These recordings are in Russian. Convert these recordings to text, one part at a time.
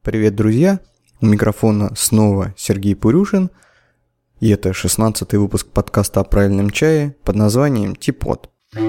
Привет, друзья! У микрофона снова Сергей Пурюшин, и это 16-й выпуск подкаста о правильном чае под названием «Типот».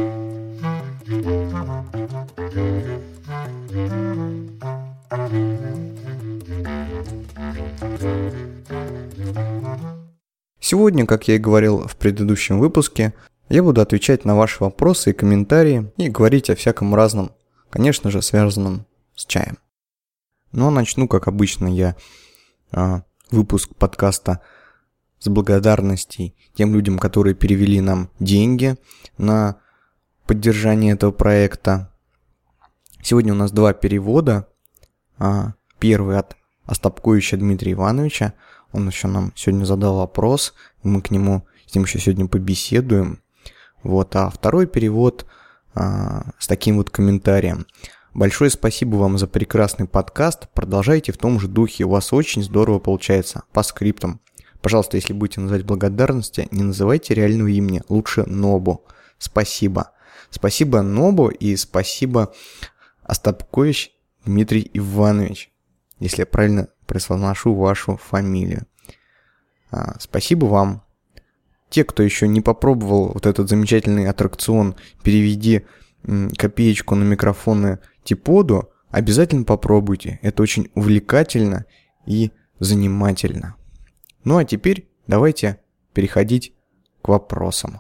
Сегодня, как я и говорил в предыдущем выпуске, я буду отвечать на ваши вопросы и комментарии и говорить о всяком разном, конечно же, связанном с чаем. Но начну, как обычно, я выпуск подкаста с благодарностей тем людям, которые перевели нам деньги на поддержание этого проекта. Сегодня у нас два перевода. Первый от Остапковича Дмитрия Ивановича. Он еще нам сегодня задал вопрос, и мы с ним еще сегодня побеседуем. А второй перевод с таким вот комментарием. Большое спасибо вам за прекрасный подкаст. Продолжайте в том же духе. У вас очень здорово получается. По скриптам. Пожалуйста, если будете называть благодарности, не называйте реального имени. Лучше Нобу. Спасибо. Спасибо Нобу и спасибо Остапкович Дмитрий Иванович. Если я правильно произношу вашу фамилию. Спасибо вам. Те, кто еще не попробовал вот этот замечательный аттракцион «Переведи копеечку на микрофоны Типоду», обязательно попробуйте. Это очень увлекательно и занимательно. Ну а теперь давайте переходить к вопросам.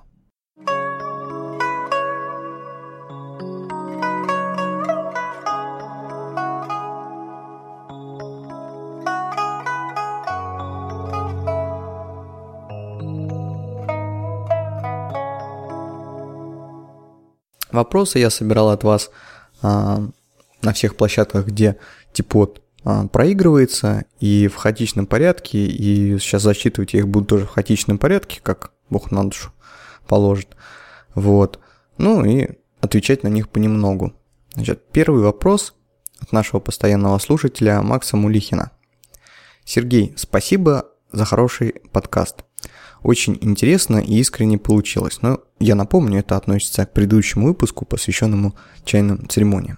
Вопросы я собирал от вас на всех площадках, где Типот проигрывается, и в хаотичном порядке, и сейчас зачитывать я их буду тоже в хаотичном порядке, как Бог на душу положит. Ну и отвечать на них понемногу. Значит, первый вопрос от нашего постоянного слушателя Макса Мулихина. Сергей, спасибо за хороший подкаст. Очень интересно и искренне получилось. Но я напомню, это относится к предыдущему выпуску, посвященному чайным церемониям.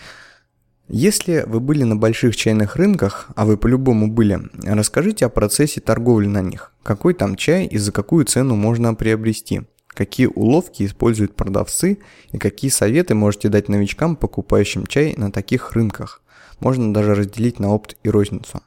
Если вы были на больших чайных рынках, а вы по-любому были, расскажите о процессе торговли на них. Какой там чай и за какую цену можно приобрести? Какие уловки используют продавцы и какие советы можете дать новичкам, покупающим чай на таких рынках? Можно даже разделить на опт и розницу.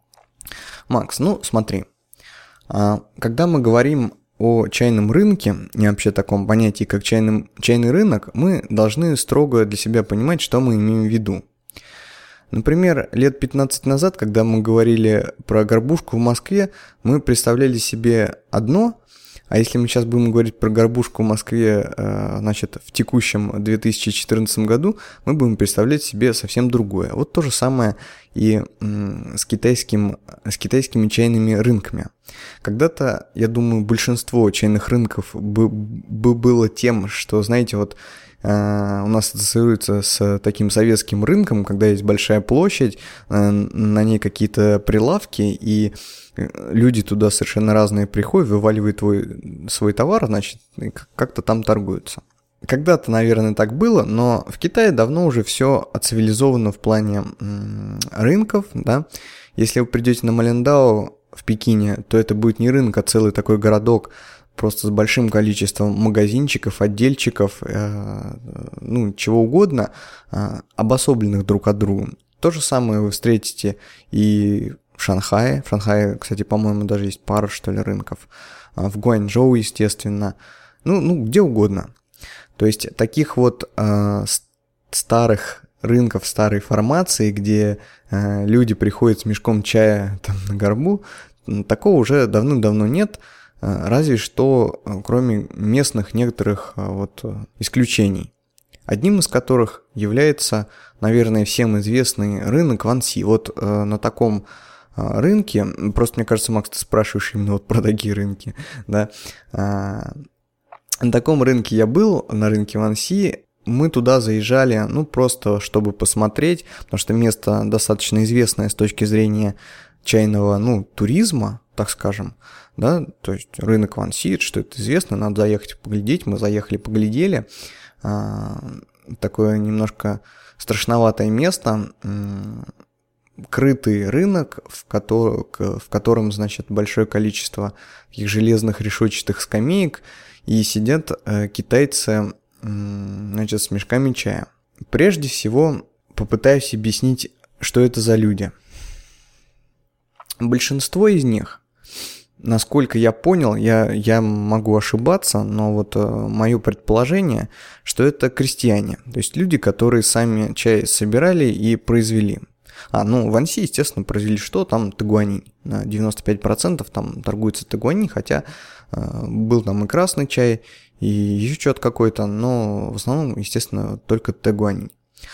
Макс, смотри. Когда мы говорим о чайном рынке и вообще таком понятии, как чайный рынок, мы должны строго для себя понимать, что мы имеем в виду. Например, лет 15 назад, когда мы говорили про горбушку в Москве, мы представляли себе одно, а если мы сейчас будем говорить про горбушку в Москве, в текущем 2014 году, мы будем представлять себе совсем другое. Вот то же самое и с китайскими чайными рынками. Когда-то, я думаю, большинство чайных рынков было тем, что, знаете, у нас ассоциируется с таким советским рынком, когда есть большая площадь, на ней какие-то прилавки, и люди туда совершенно разные приходят, вываливают свой товар, и как-то там торгуются. Когда-то, наверное, так было, но в Китае давно уже все оцивилизовано в плане рынков, да. Если вы придете на Малиндао в Пекине, то это будет не рынок, а целый такой городок, просто с большим количеством магазинчиков, отдельчиков, чего угодно, обособленных друг от друга. То же самое вы встретите и в Шанхае. В Шанхае, кстати, по-моему, даже есть пара, рынков. В Гуанчжоу, естественно. Где угодно. То есть таких старых рынков, старой формации, где люди приходят с мешком чая на горбу, такого уже давным-давно нет. Разве что кроме местных некоторых исключений. Одним из которых является, наверное, всем известный рынок Ванси. На таком рынке, просто мне кажется, Макс, ты спрашиваешь именно про такие рынки, да. На таком рынке я был, на рынке Ванси. Мы туда заезжали, просто чтобы посмотреть, потому что место достаточно известное с точки зрения чайного, туризма, так скажем, да, то есть рынок Ванси, что это известно, надо заехать поглядеть, мы заехали, поглядели, такое немножко страшноватое место, крытый рынок, в котором, значит, большое количество таких железных решетчатых скамеек, и сидят китайцы, значит, с мешками чая. Прежде всего, попытаюсь объяснить, что это за люди. Большинство из них, насколько я понял, я могу ошибаться, но вот мое предположение, что это крестьяне, то есть люди, которые сами чай собирали и произвели. В Анси, естественно, произвели что? Там тагуанинь. На 95% там торгуется тагуанинь, хотя был там и красный чай, и еще что-то какое-то, но в основном, естественно, только тагуанинь.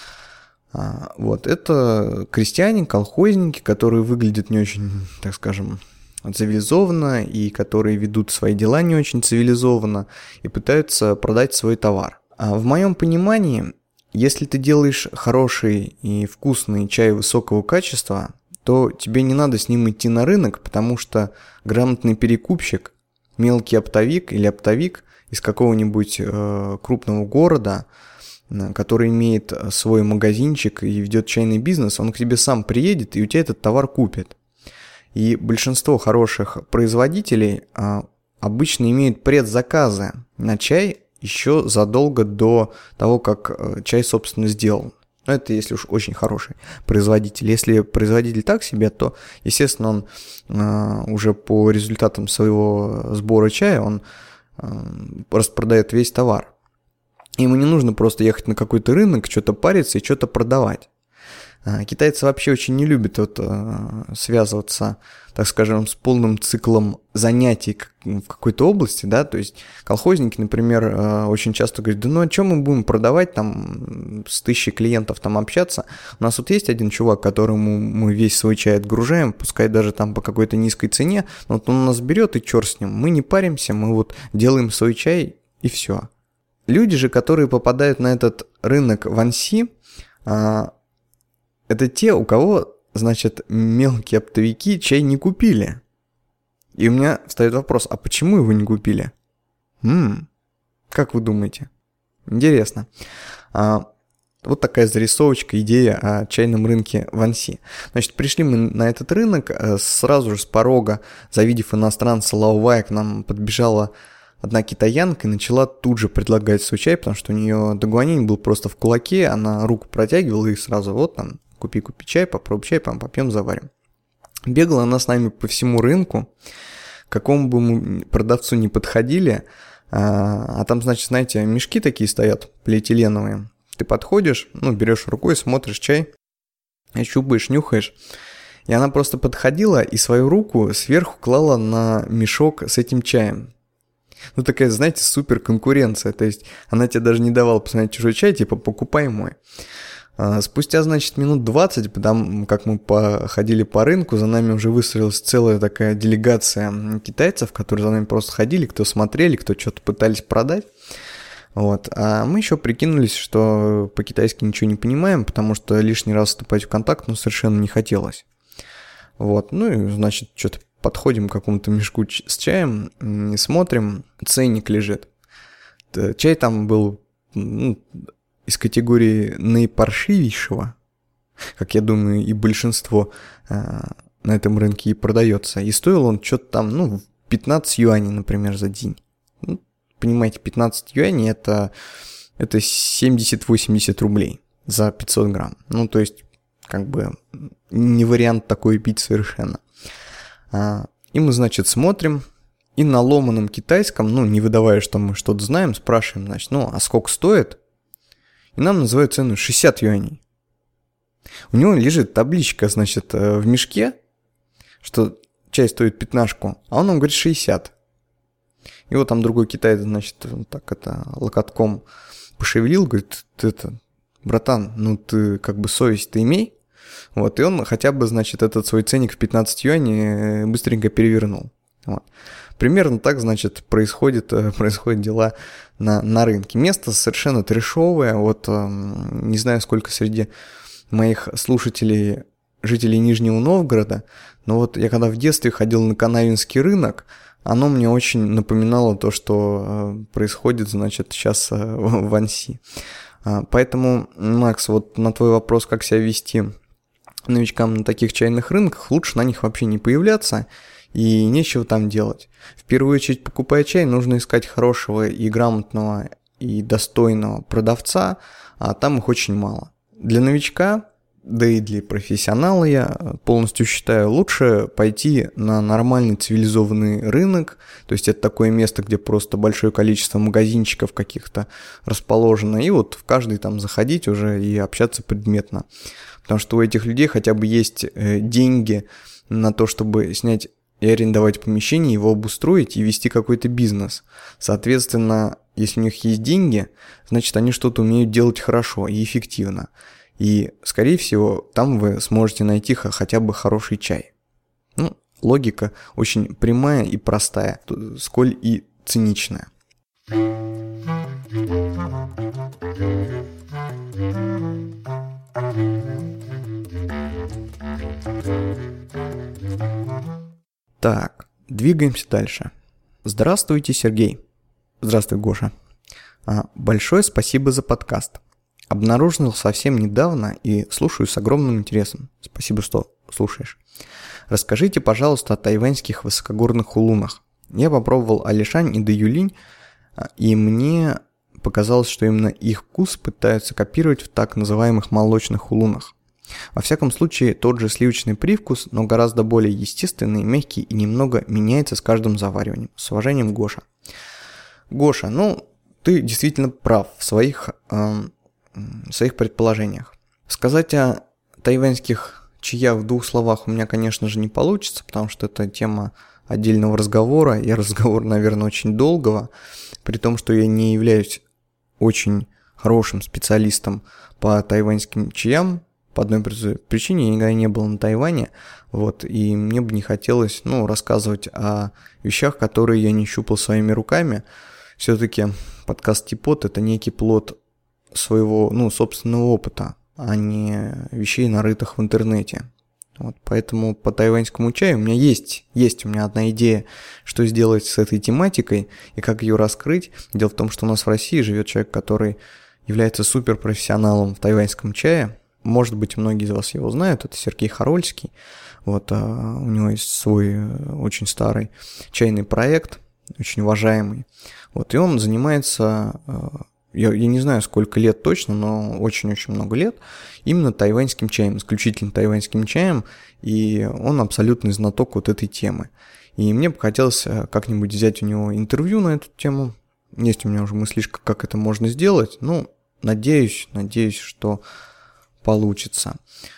Вот, это крестьяне, колхозники, которые выглядят не очень, так скажем, цивилизованно, и которые ведут свои дела не очень цивилизованно, и пытаются продать свой товар. В моем понимании, если ты делаешь хороший и вкусный чай высокого качества, то тебе не надо с ним идти на рынок, потому что грамотный перекупщик, мелкий оптовик или оптовик из какого-нибудь крупного города, который имеет свой магазинчик и ведет чайный бизнес, он к тебе сам приедет и у тебя этот товар купит. И большинство хороших производителей обычно имеют предзаказы на чай еще задолго до того, как чай, собственно, сделан. Это если уж очень хороший производитель. Если производитель так себе, то, естественно, он уже по результатам своего сбора чая он распродает весь товар. Ему не нужно просто ехать на какой-то рынок, что-то париться и что-то продавать. Китайцы вообще очень не любят связываться, так скажем, с полным циклом занятий в какой-то области, да, то есть колхозники, например, очень часто говорят, да о чем мы будем продавать, там, с 1000 клиентов там общаться, у нас вот есть один чувак, которому мы весь свой чай отгружаем, пускай даже там по какой-то низкой цене, но вот он нас берет и черт с ним, мы не паримся, мы вот делаем свой чай и все. Люди же, которые попадают на этот рынок в Анси, это те, у кого, значит, мелкие оптовики чай не купили. И у меня встает вопрос, а почему его не купили? Как вы думаете? Интересно. Вот такая зарисовочка, идея о чайном рынке в Анси. Значит, пришли мы на этот рынок, сразу же с порога, завидев иностранца Лаовая, к нам подбежала одна китаянка и начала тут же предлагать свой чай, потому что у нее тагуанинь был просто в кулаке, она руку протягивала и сразу вот там, купи чай, попробуй чай, попьем, заварим. Бегала она с нами по всему рынку, к какому бы мы продавцу ни подходили, а там, значит, знаете, мешки такие стоят, полиэтиленовые. Ты подходишь, берешь рукой, смотришь чай, щупаешь, нюхаешь. И она просто подходила и свою руку сверху клала на мешок с этим чаем. Такая, знаете, супер конкуренция. То есть она тебе даже не давала посмотреть чужой чай, типа покупай мой. Спустя, значит, минут 20, потому как мы ходили по рынку, за нами уже выстроилась целая такая делегация китайцев, которые за нами просто ходили, кто смотрели, кто что-то пытались продать. Вот. А мы еще прикинулись, что по-китайски ничего не понимаем, потому что лишний раз вступать в контакт совершенно не хотелось. Вот. И, значит, что-то подходим к какому-то мешку с чаем, смотрим, ценник лежит. Чай там был из категории наипаршивейшего, как я думаю, и большинство на этом рынке и продается. И стоил он что-то там, 15 юаней, например, за день. Понимаете, 15 юаней это 70-80 рублей за 500 грамм. То есть, как бы, не вариант такой пить совершенно. И мы, значит, смотрим, и на ломаном китайском, не выдавая, что мы что-то знаем, спрашиваем, значит, а сколько стоит? И нам называют цену 60 юаней. У него лежит табличка, значит, в мешке, что чай стоит 15, а он нам говорит 60. И вот там другой китаец, значит, так локотком пошевелил, говорит, братан, ты как бы совесть-то имей. Вот, и он хотя бы, значит, этот свой ценник в 15 юаней быстренько перевернул. Вот. Примерно так, значит, происходят дела на рынке. Место совершенно трэшовое. Вот не знаю, сколько среди моих слушателей жителей Нижнего Новгорода, но вот я когда в детстве ходил на Канавинский рынок, оно мне очень напоминало то, что происходит, значит, сейчас в Анси. Поэтому, Макс, вот на твой вопрос, как себя вести новичкам на таких чайных рынках, лучше на них вообще не появляться и нечего там делать. В первую очередь, покупая чай, нужно искать хорошего и грамотного и достойного продавца, а там их очень мало. Для новичка, да и для профессионала, я полностью считаю, лучше пойти на нормальный цивилизованный рынок, то есть это такое место, где просто большое количество магазинчиков каких-то расположено, и вот в каждый там заходить уже и общаться предметно. Потому что у этих людей хотя бы есть деньги на то, чтобы снять и арендовать помещение, его обустроить и вести какой-то бизнес. Соответственно, если у них есть деньги, значит они что-то умеют делать хорошо и эффективно. И, скорее всего, там вы сможете найти хотя бы хороший чай. Ну, логика очень прямая и простая, сколь и циничная. Так, двигаемся дальше. Здравствуйте, Сергей. Здравствуй, Гоша. Большое спасибо за подкаст. Обнаружил совсем недавно и слушаю с огромным интересом. Спасибо, что слушаешь. Расскажите, пожалуйста, о тайваньских высокогорных хулунах. Я попробовал Алишань и Даюлинь, и мне показалось, что именно их вкус пытаются копировать в так называемых молочных хулунах. Во всяком случае, тот же сливочный привкус, но гораздо более естественный, мягкий и немного меняется с каждым завариванием. С уважением, Гоша. Гоша, ты действительно прав в своих предположениях. Сказать о тайваньских чаях в двух словах у меня, конечно же, не получится, потому что это тема отдельного разговора, и разговор, наверное, очень долгого, при том, что я не являюсь очень хорошим специалистом по тайваньским чаям. По одной причине я никогда не был на Тайване, и мне бы не хотелось, рассказывать о вещах, которые я не щупал своими руками. Все-таки подкаст Типот – это некий плод своего, собственного опыта, а не вещей, нарытых в интернете. Поэтому по тайваньскому чаю у меня есть у меня одна идея, что сделать с этой тематикой и как ее раскрыть. Дело в том, что у нас в России живет человек, который является суперпрофессионалом в тайваньском чае. Может быть, многие из вас его знают, это Сергей Харольский. У него есть свой очень старый чайный проект, очень уважаемый. И он занимается, я не знаю, сколько лет точно, но очень-очень много лет, именно тайваньским чаем, исключительно тайваньским чаем, и он абсолютный знаток этой темы. И мне бы хотелось как-нибудь взять у него интервью на эту тему. Есть у меня уже мыслишка, как это можно сделать. Надеюсь, что получится.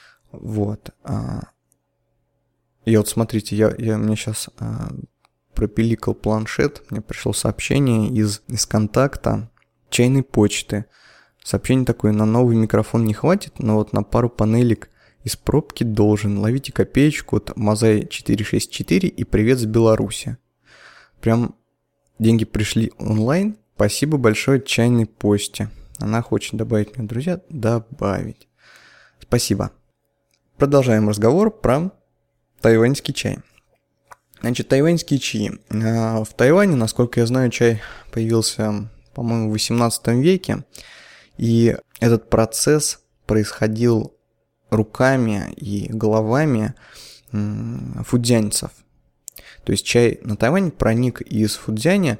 И смотрите, я мне сейчас пропиликал планшет, мне пришло сообщение из контакта чайной почты. Сообщение такое: на новый микрофон не хватит, но на пару панелек из пробки должен. Ловите копеечку от Мазай 464 и привет с Беларуси. Прям деньги пришли онлайн. Спасибо большое чайной почте. Она хочет добавить меня, друзья, добавить. Спасибо. Продолжаем разговор про тайваньский чай. Тайваньские чаи. В Тайване, насколько я знаю, чай появился, по-моему, в 18 веке. И этот процесс происходил руками и головами фудзянцев. То есть чай на Тайвань проник из Фудзяня,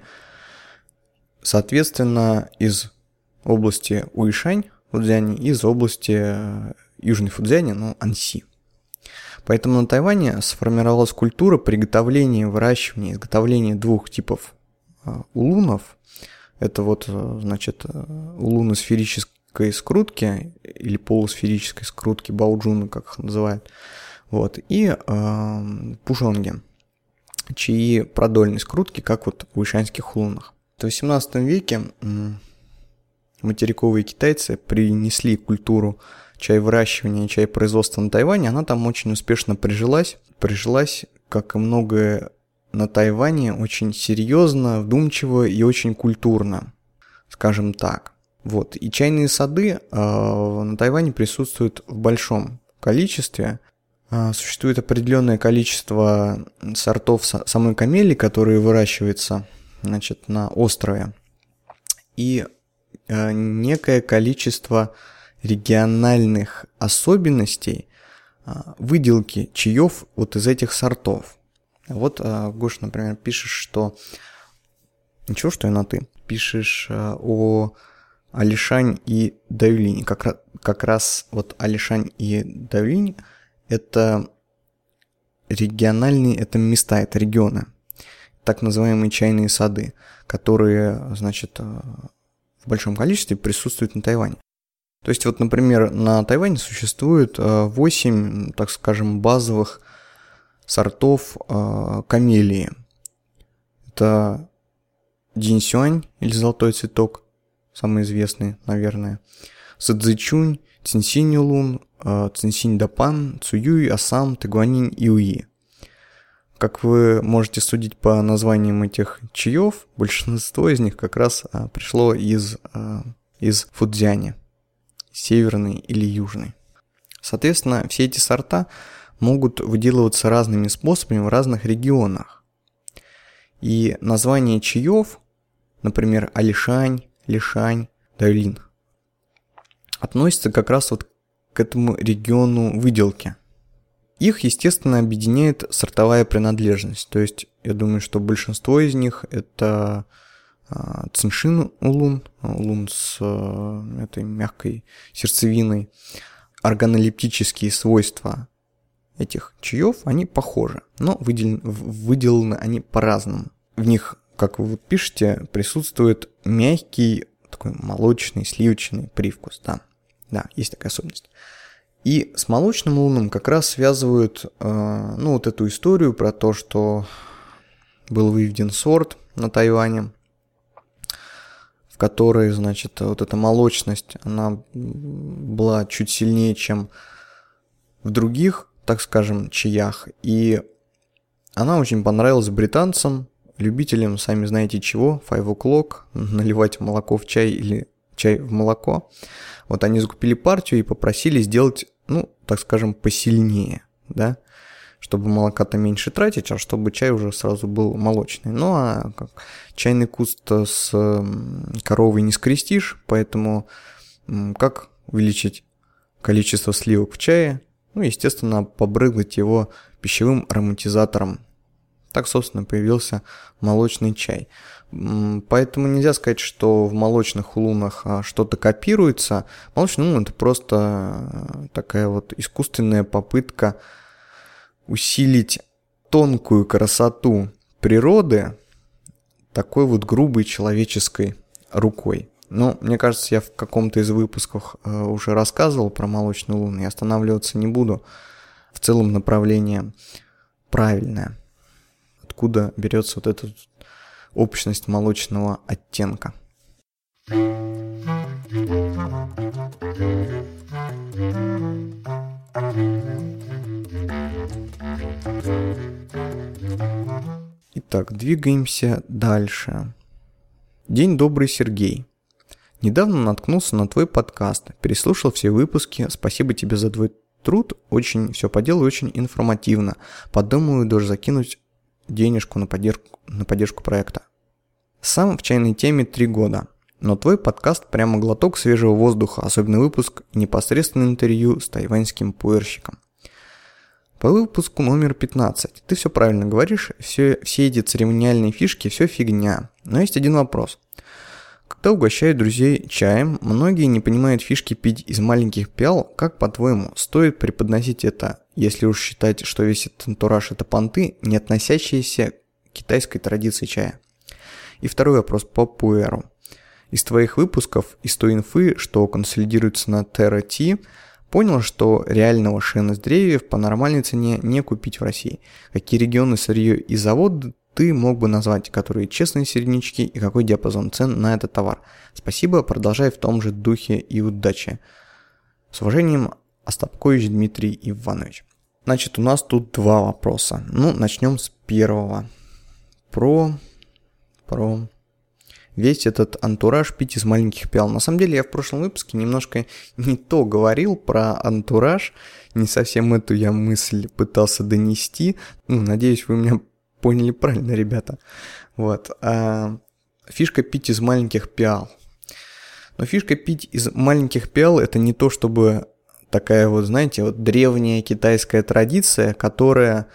соответственно, из области Уишань, Фудзяня, из области Южной Фудзяня, Анси. Поэтому на Тайване сформировалась культура приготовления, выращивания, изготовления двух типов улунов. Это улуны сферической скрутки или полусферической скрутки, баоджуны, как их называют, и пушонги, чаи продольной скрутки, как в уишаньских улунах. В XVIII веке материковые китайцы принесли культуру чаевыращивания и чаепроизводства на Тайване. Она там очень успешно прижилась, как и многое на Тайване, очень серьезно, вдумчиво и очень культурно, скажем так. И чайные сады на Тайване присутствуют в большом количестве. Существует определенное количество сортов самой камелии, которые выращиваются, на острове, и некое количество региональных особенностей, выделки чаев вот из этих сортов. Вот, Гош, например, пишешь, что... Ничего, что я на «ты». Пишешь о Алишань и Даюлинь. Как раз вот Алишань и Даюлинь – это региональные, это места, это регионы. Так называемые чайные сады, которые, значит, в большом количестве присутствуют на Тайване. То есть, вот, например, на Тайване существует 8, так скажем, базовых сортов камелии. Это Динсюань или золотой цветок, самый известный, наверное, Сэцзичунь, Цинсинь-Улун, Цинсинь-Дапан, Цуюй, Асам, Тэгуанинь и Уи. Как вы можете судить по названиям этих чаев, большинство из них как раз пришло из Фудзяня, северный или южный. Соответственно, все эти сорта могут выделываться разными способами в разных регионах. И название чаев, например, Алишань, Лишань, Даюлин, относятся как раз вот к этому региону выделки. Их, естественно, объединяет сортовая принадлежность. То есть, я думаю, что большинство из них это Циншин-Улун, улун с этой мягкой сердцевиной. Органолептические свойства этих чаев, они похожи, но выделены они по-разному. В них, как вы пишете, присутствует мягкий, такой молочный, сливочный привкус. Да, есть такая особенность. И с молочным улуном как раз связывают, вот эту историю про то, что был выведен сорт на Тайване, в которой, значит, вот эта молочность, она была чуть сильнее, чем в других, так скажем, чаях. И она очень понравилась британцам, любителям, сами знаете чего, 5 o'clock, наливать молоко в чай или чай в молоко. Вот они закупили партию и попросили сделать, так скажем, посильнее, да, чтобы молока-то меньше тратить, а чтобы чай уже сразу был молочный. Ну, а чайный куст с коровой не скрестишь, поэтому как увеличить количество сливок в чае? Естественно, побрызгать его пищевым ароматизатором. Так, собственно, появился молочный чай. Поэтому нельзя сказать, что в молочных улунах что-то копируется. Молочный улун – это просто такая вот искусственная попытка усилить тонкую красоту природы такой вот грубой человеческой рукой. Мне кажется, я в каком-то из выпусков уже рассказывал про молочный улун, и останавливаться не буду. В целом направление правильное. Откуда берется вот эта общность молочного оттенка. Итак, двигаемся дальше. День добрый, Сергей. Недавно наткнулся на твой подкаст, переслушал все выпуски, спасибо тебе за твой труд, очень все по делу и очень информативно. Подумаю даже закинуть денежку на поддержку проекта. Сам в чайной теме 3 года, но твой подкаст прямо глоток свежего воздуха, особенно выпуск и непосредственное интервью с тайваньским пуэрщиком. По выпуску номер 15. Ты все правильно говоришь, все эти церемониальные фишки, все фигня. Но есть один вопрос. Когда угощают друзей чаем, многие не понимают фишки пить из маленьких пиал. Как, по-твоему, стоит преподносить это, если уж считать, что весь этот антураж – это понты, не относящиеся к китайской традиции чая? И второй вопрос по пуэру. Из твоих выпусков, из той инфы, что консолидируется на Terra Tea, понял, что реального шена с деревьев по нормальной цене не купить в России. Какие регионы, сырье и заводы ты мог бы назвать, которые честные середнячки и какой диапазон цен на этот товар? Спасибо, продолжай в том же духе и удачи. С уважением, Остапкович Дмитрий Иванович. Значит, у нас тут 2 вопроса. Начнем с первого. Про весь этот антураж пить из маленьких пиал. На самом деле я в прошлом выпуске немножко не то говорил про антураж, не совсем эту я мысль пытался донести. Надеюсь, вы меня поняли правильно, ребята. Вот. Фишка пить из маленьких пиал. Но фишка пить из маленьких пиал – это не то, чтобы такая вот, знаете, вот древняя китайская традиция, которая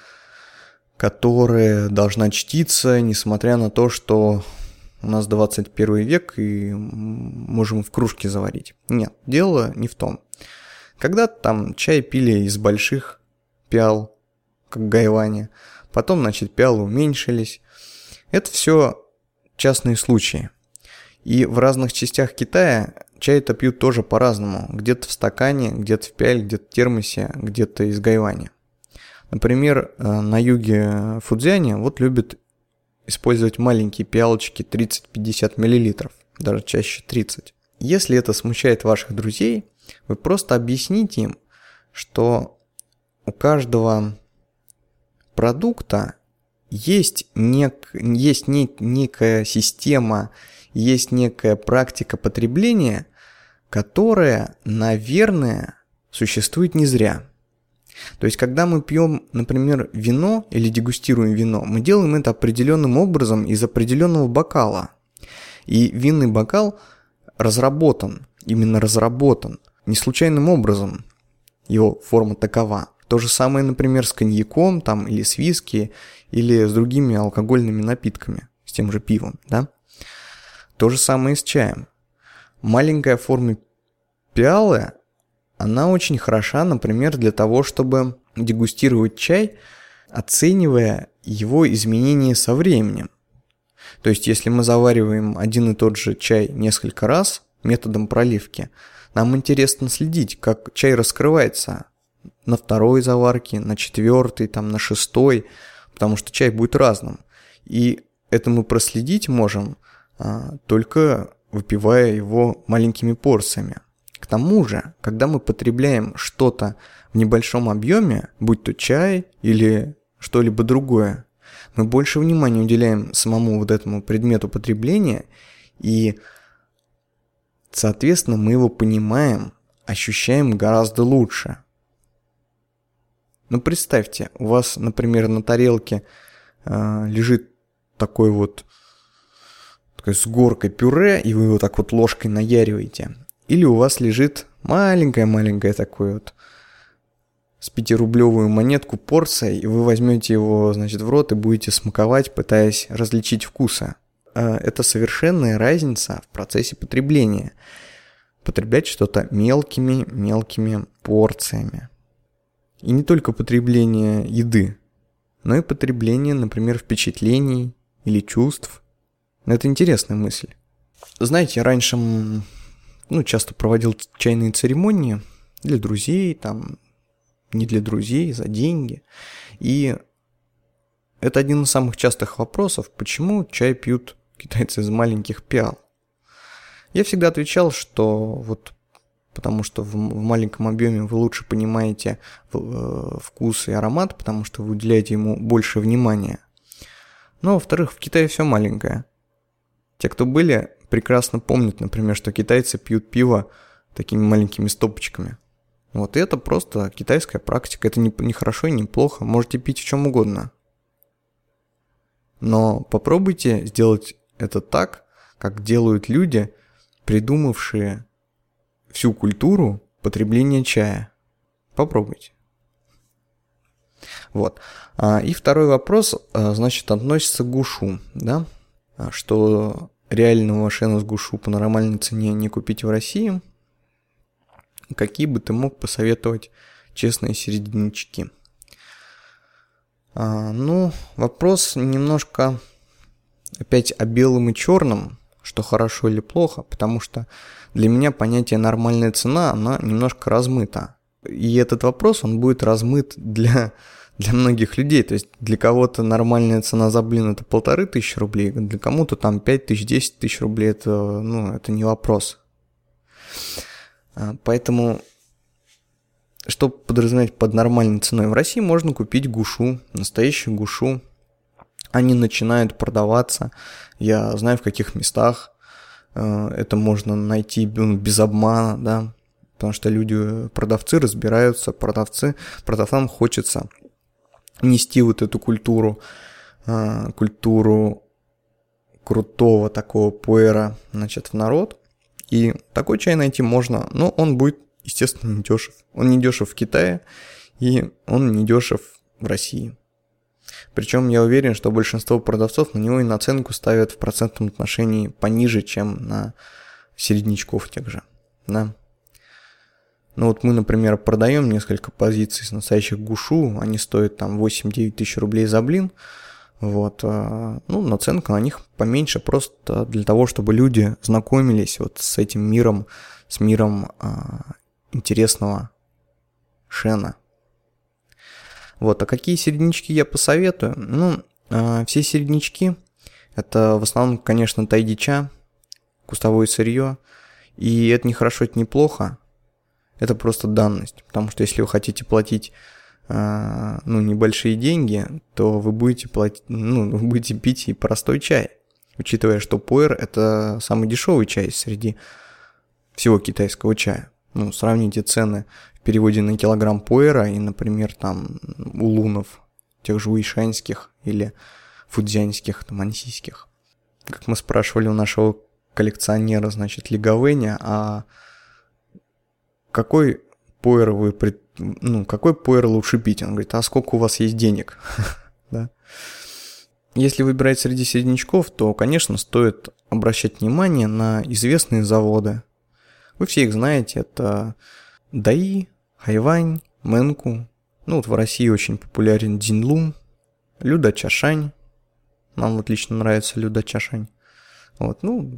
должна чтиться, несмотря на то, что у нас 21 век и можем в кружке заварить. Нет, дело не в том. Когда-то там чай пили из больших пиал, как в Гайване, потом, значит, пиалы уменьшились. Это все частные случаи. И в разных частях Китая чай-то пьют тоже по-разному. Где-то в стакане, где-то в пиале, где-то в термосе, где-то из Гайвани. Например, на юге Фудзяне вот любят использовать маленькие пиалочки 30-50 мл, даже чаще 30. Если это смущает ваших друзей, вы просто объясните им, что у каждого продукта есть некая система, есть некая практика потребления, которая, наверное, существует не зря. То есть, когда мы пьем, например, вино или дегустируем вино, мы делаем это определенным образом из определенного бокала. И винный бокал разработан, не случайным образом его форма такова. То же самое, например, с коньяком там, или с виски, или с другими алкогольными напитками, с тем же пивом, да? То же самое и с чаем. Маленькая форма пиалы, она очень хороша, например, для того, чтобы дегустировать чай, оценивая его изменения со временем. То есть, если мы завариваем один и тот же чай несколько раз методом проливки, нам интересно следить, как чай раскрывается на второй заварке, на четвертой, там, на шестой, потому что чай будет разным. И это мы проследить можем, только выпивая его маленькими порциями. К тому же, когда мы потребляем что-то в небольшом объеме, будь то чай или что-либо другое, мы больше внимания уделяем самому вот этому предмету потребления, и, соответственно, мы его понимаем, ощущаем гораздо лучше. Ну, представьте, у вас, например, на тарелке лежит такой с горкой пюре, и вы его так вот ложкой наяриваете. Или у вас лежит маленькая такой вот с 5-рублевую монетку порция, и вы возьмете его, значит, в рот и будете смаковать, пытаясь различить вкусы. Это совершенная разница в процессе потребления. Потреблять что-то мелкими порциями. И не только потребление еды, но и потребление, например, впечатлений или чувств. Это интересная мысль. Знаете, раньше часто проводил чайные церемонии для друзей, там, не для друзей, за деньги. И это один из самых частых вопросов, почему чай пьют китайцы из маленьких пиал. Я всегда отвечал, что потому что в маленьком объеме вы лучше понимаете вкус и аромат, потому что вы уделяете ему больше внимания. Но, во-вторых, в Китае все маленькое. Те, кто были, прекрасно помнят, например, что китайцы пьют пиво такими маленькими стопочками. И это просто китайская практика. Это не хорошо и не плохо. Можете пить в чем угодно. Но попробуйте сделать это так, как делают люди, придумавшие всю культуру потребления чая. Попробуйте. И второй вопрос, относится к гушу, да? Что реального шена с гушу по нормальной цене не купить в России. Какие бы ты мог посоветовать честные середнячки? Вопрос немножко опять о белом и черном, что хорошо или плохо, потому что для меня понятие «нормальная цена», она немножко размыта. И этот вопрос, он будет размыт для многих людей. То есть для кого-то нормальная цена за блин – это 1500 рублей, для кому-то там 5000, 10 тысяч рублей – это не вопрос. Поэтому, что подразумевать под нормальной ценой? В России можно купить гушу, настоящую гушу. Они начинают продаваться. Я знаю, в каких местах это можно найти без обмана, да, потому что продавцы разбираются, продавцам хочется нести эту культуру крутого такого пуэра, в народ. И такой чай найти можно, но он будет естественно, не дешев. Он не дешев в Китае, и он не дешев в России. Причем я уверен, что большинство продавцов на него и наценку ставят в процентном отношении пониже, чем на середнячков тех же. Да. Ну вот мы, например, продаем несколько позиций с настоящих гушу, они стоят там 8-9 тысяч рублей за блин. Вот, ну, наценка на них поменьше, просто для того, чтобы люди знакомились вот с этим миром, с миром интересного шена. Вот, а какие середнячки я посоветую? Ну, все середнячки, это в основном, конечно, тайдича, кустовое сырье, и это не хорошо, это неплохо, это просто данность, потому что если вы хотите платить небольшие деньги, то вы будете вы будете пить и простой чай, учитывая, что пуэр это самый дешевый чай среди всего китайского чая. Ну, сравните цены в переводе на килограмм пуэра и, например, там улунов, тех же уишаньских или фудзянских, там, ансийских. Как мы спрашивали у нашего коллекционера, значит, Лиговеня, а какой пуэр какой пуэр лучше пить? Он говорит, а сколько у вас есть денег? Да. Если выбирать среди середнячков, то, конечно, стоит обращать внимание на известные заводы. Вы все их знаете, это Даи, Хайвань, Мэнку. Ну вот в России очень популярен Дзинлун, Люда Чашань. Нам вот лично нравится Люда Чашань. Вот, ну,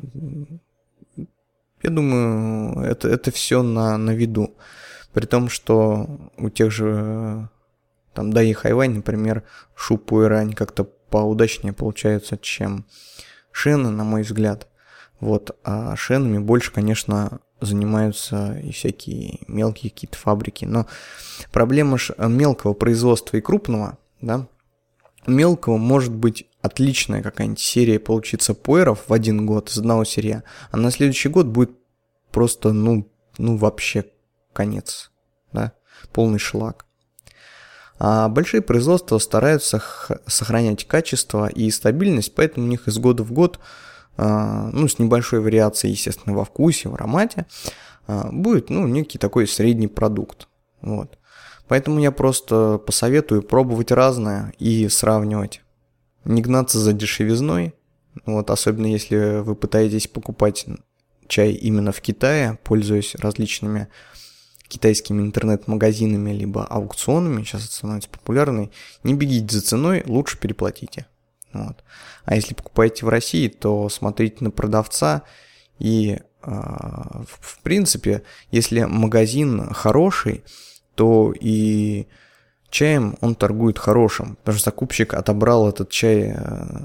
я думаю, это все на виду. При том, что у тех же там Даи Хайвань, например, шу пуэра, они как-то поудачнее получаются, чем шены, на мой взгляд. Вот, а шенами больше, конечно, занимаются и всякие мелкие какие-то фабрики. Но проблема мелкого производства и крупного, да, у мелкого может быть отличная какая-нибудь серия получиться пуэров в один год из одного сырья, а на следующий год будет просто, вообще конец, да, полный шлак. А большие производства стараются сохранять качество и стабильность, поэтому у них из года в год, с небольшой вариацией, естественно, во вкусе, в аромате, будет, некий такой средний продукт. Вот. Поэтому я просто посоветую пробовать разное и сравнивать. Не гнаться за дешевизной, вот, особенно если вы пытаетесь покупать чай именно в Китае, пользуясь различными китайскими интернет-магазинами либо аукционами, сейчас это становится популярной, не бегите за ценой, лучше переплатите. Вот. А если покупаете в России, то смотрите на продавца и, в принципе, если магазин хороший, то и чаем он торгует хорошим, потому что закупщик отобрал этот чай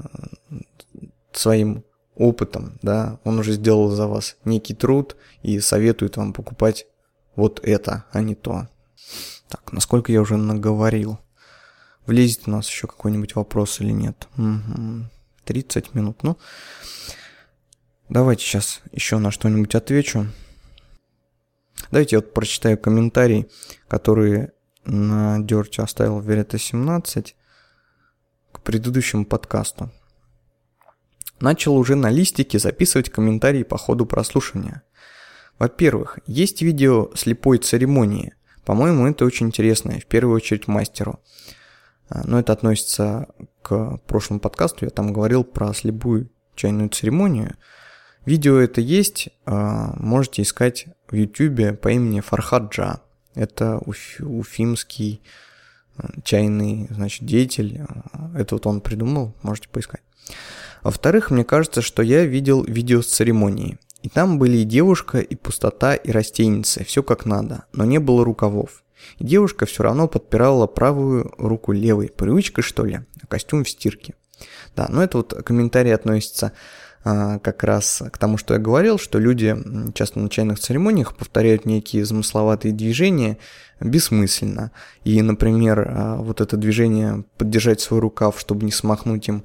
своим опытом, да, он уже сделал за вас некий труд и советует вам покупать вот это, а не то. Так, насколько я уже наговорил? Влезет у нас еще какой-нибудь вопрос или нет? 30 минут, давайте сейчас еще на что-нибудь отвечу. Давайте я вот прочитаю комментарий, который на Дёрте оставил Верета17 к предыдущему подкасту. Начал уже на листике записывать комментарии по ходу прослушивания. Во-первых, есть видео слепой церемонии. По-моему, это очень интересно, в первую очередь мастеру. Но это относится к прошлому подкасту, я там говорил про слепую чайную церемонию. Видео это есть, можете искать в YouTube по имени Фархад Джа. Это уфимский чайный, деятель. Это вот он придумал, можете поискать. Во-вторых, мне кажется, что я видел видео с церемонии. И там были и девушка, и пустота, и растеницы, все как надо, но не было рукавов. И девушка все равно подпирала правую руку левой. Привычка, что ли? Костюм в стирке. Да, но это вот комментарий относится как раз к тому, что я говорил, что люди часто на чайных церемониях повторяют некие замысловатые движения бессмысленно. И, например, вот это движение поддержать свой рукав, чтобы не смахнуть им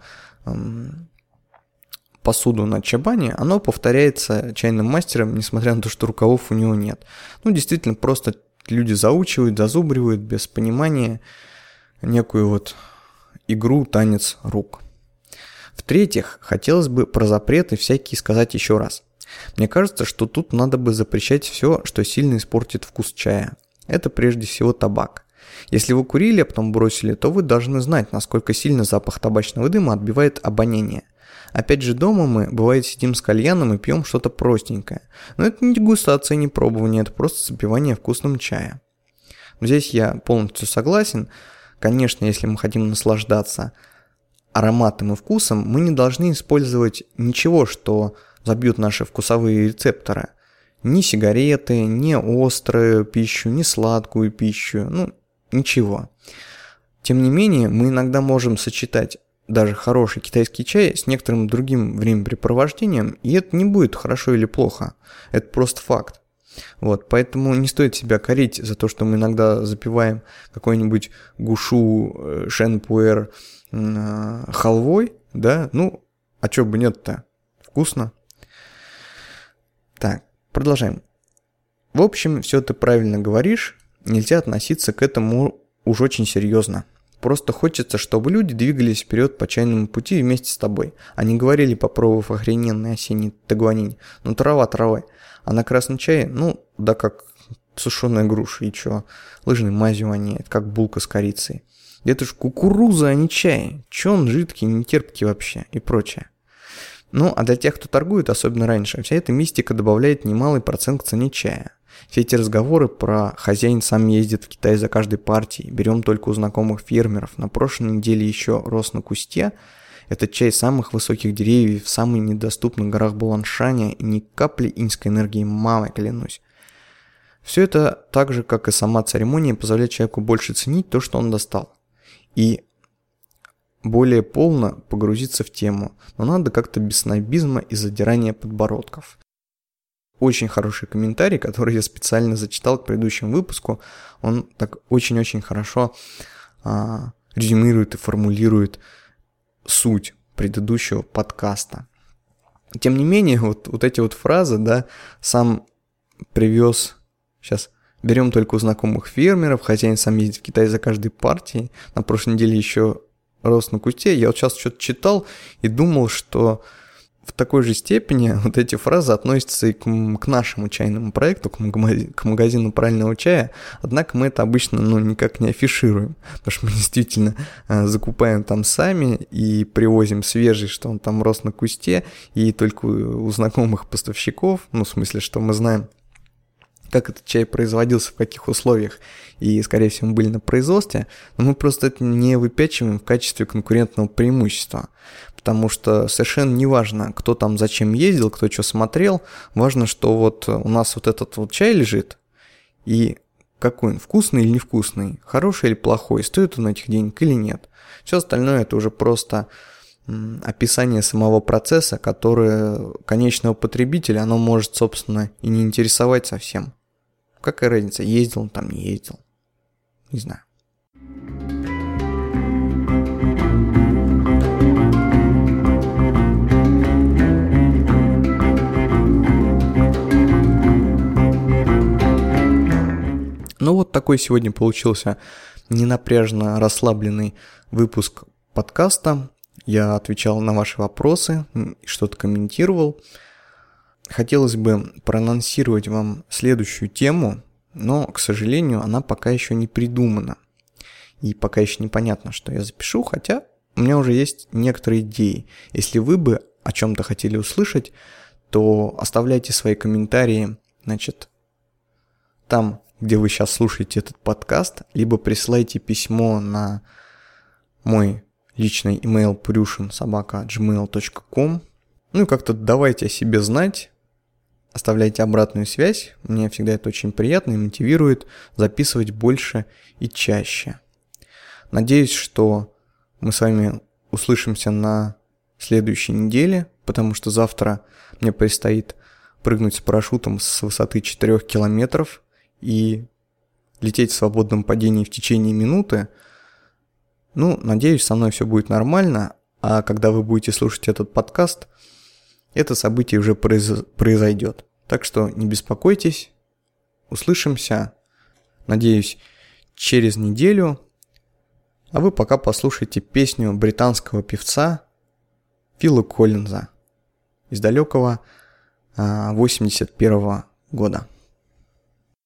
посуду на чабане, оно повторяется чайным мастером, несмотря на то, что рукавов у него нет. Действительно, просто люди заучивают, зазубривают без понимания некую вот игру, танец рук. В-третьих, хотелось бы про запреты всякие сказать еще раз. Мне кажется, что тут надо бы запрещать все, что сильно испортит вкус чая. Это прежде всего табак. Если вы курили, а потом бросили, то вы должны знать, насколько сильно запах табачного дыма отбивает обоняние. Опять же, дома мы, бывает, сидим с кальяном и пьем что-то простенькое. Но это не дегустация, не пробование, это просто запивание вкусным чаем. Здесь я полностью согласен. Конечно, если мы хотим наслаждаться ароматом и вкусом, мы не должны использовать ничего, что забьют наши вкусовые рецепторы. Ни сигареты, ни острую пищу, ни сладкую пищу, ничего. Тем не менее, мы иногда можем сочетать даже хороший китайский чай с некоторым другим времяпрепровождением, и это не будет хорошо или плохо. Это просто факт. Поэтому не стоит себя корить за то, что мы иногда запиваем какой-нибудь гушу шенпуэр халвой, да, а чё бы нет-то? Вкусно. Так, продолжаем. В общем, все ты правильно говоришь, нельзя относиться к этому уж очень серьезно. Просто хочется, чтобы люди двигались вперед по чайному пути вместе с тобой. Они говорили, попробовав охрененный осенний тагуанин, трава травой. А на красном чае, да как сушеная груша, и чё, лыжной мазью воняет, как булка с корицей. Это ж кукуруза, а не чай. Чё он жидкий, не терпкий вообще и прочее. А для тех, кто торгует, особенно раньше, вся эта мистика добавляет немалый процент к цене чая. Все эти разговоры про «хозяин сам ездит в Китай за каждой партией», «берем только у знакомых фермеров», «на прошлой неделе еще рос на кусте», этот чай самых высоких деревьев в самых недоступных горах Буланшаня и ни капли иньской энергии, мамой клянусь. Все это так же, как и сама церемония, позволяет человеку больше ценить то, что он достал. И более полно погрузиться в тему, но надо как-то без снобизма и задирания подбородков. Очень хороший комментарий, который я специально зачитал к предыдущему выпуску. Он так очень-очень хорошо резюмирует и формулирует суть предыдущего подкаста. Тем не менее, вот эти фразы, да, сам привез, сейчас, берем только у знакомых фермеров, хозяин сам ездит в Китай за каждой партией, на прошлой неделе еще рос на кусте. Я сейчас что-то читал и думал, что в такой же степени эти фразы относятся и к нашему чайному проекту, к магазину правильного чая, однако мы это обычно никак не афишируем, потому что мы действительно закупаем там сами и привозим свежий, что он там рос на кусте, и только у знакомых поставщиков, в смысле, что мы знаем, как этот чай производился, в каких условиях, и, скорее всего, мы были на производстве, но мы просто это не выпячиваем в качестве конкурентного преимущества, потому что совершенно не важно, кто там зачем ездил, кто что смотрел, важно, что у нас этот чай лежит, и какой он, вкусный или невкусный, хороший или плохой, стоит он этих денег или нет. Все остальное это уже просто описание самого процесса, которое конечного потребителя, оно может, собственно, и не интересовать совсем. Какая разница, ездил он там, не ездил? Не знаю. Такой сегодня получился ненапряжно расслабленный выпуск подкаста. Я отвечал на ваши вопросы, что-то комментировал. Хотелось бы проанонсировать вам следующую тему, но, к сожалению, она пока еще не придумана. И пока еще непонятно, что я запишу, хотя у меня уже есть некоторые идеи. Если вы бы о чем-то хотели услышать, то оставляйте свои комментарии, там, где вы сейчас слушаете этот подкаст, либо присылайте письмо на мой личный email purushin@gmail.com. И как-то давайте о себе знать, оставляйте обратную связь, мне всегда это очень приятно и мотивирует записывать больше и чаще. Надеюсь, что мы с вами услышимся на следующей неделе, потому что завтра мне предстоит прыгнуть с парашютом с высоты 4 километров и лететь в свободном падении в течение минуты. Надеюсь, со мной все будет нормально, а когда вы будете слушать этот подкаст, это событие уже произойдет. Так что не беспокойтесь, услышимся, надеюсь, через неделю. А вы пока послушайте песню британского певца Фила Коллинза из далекого 1981 года.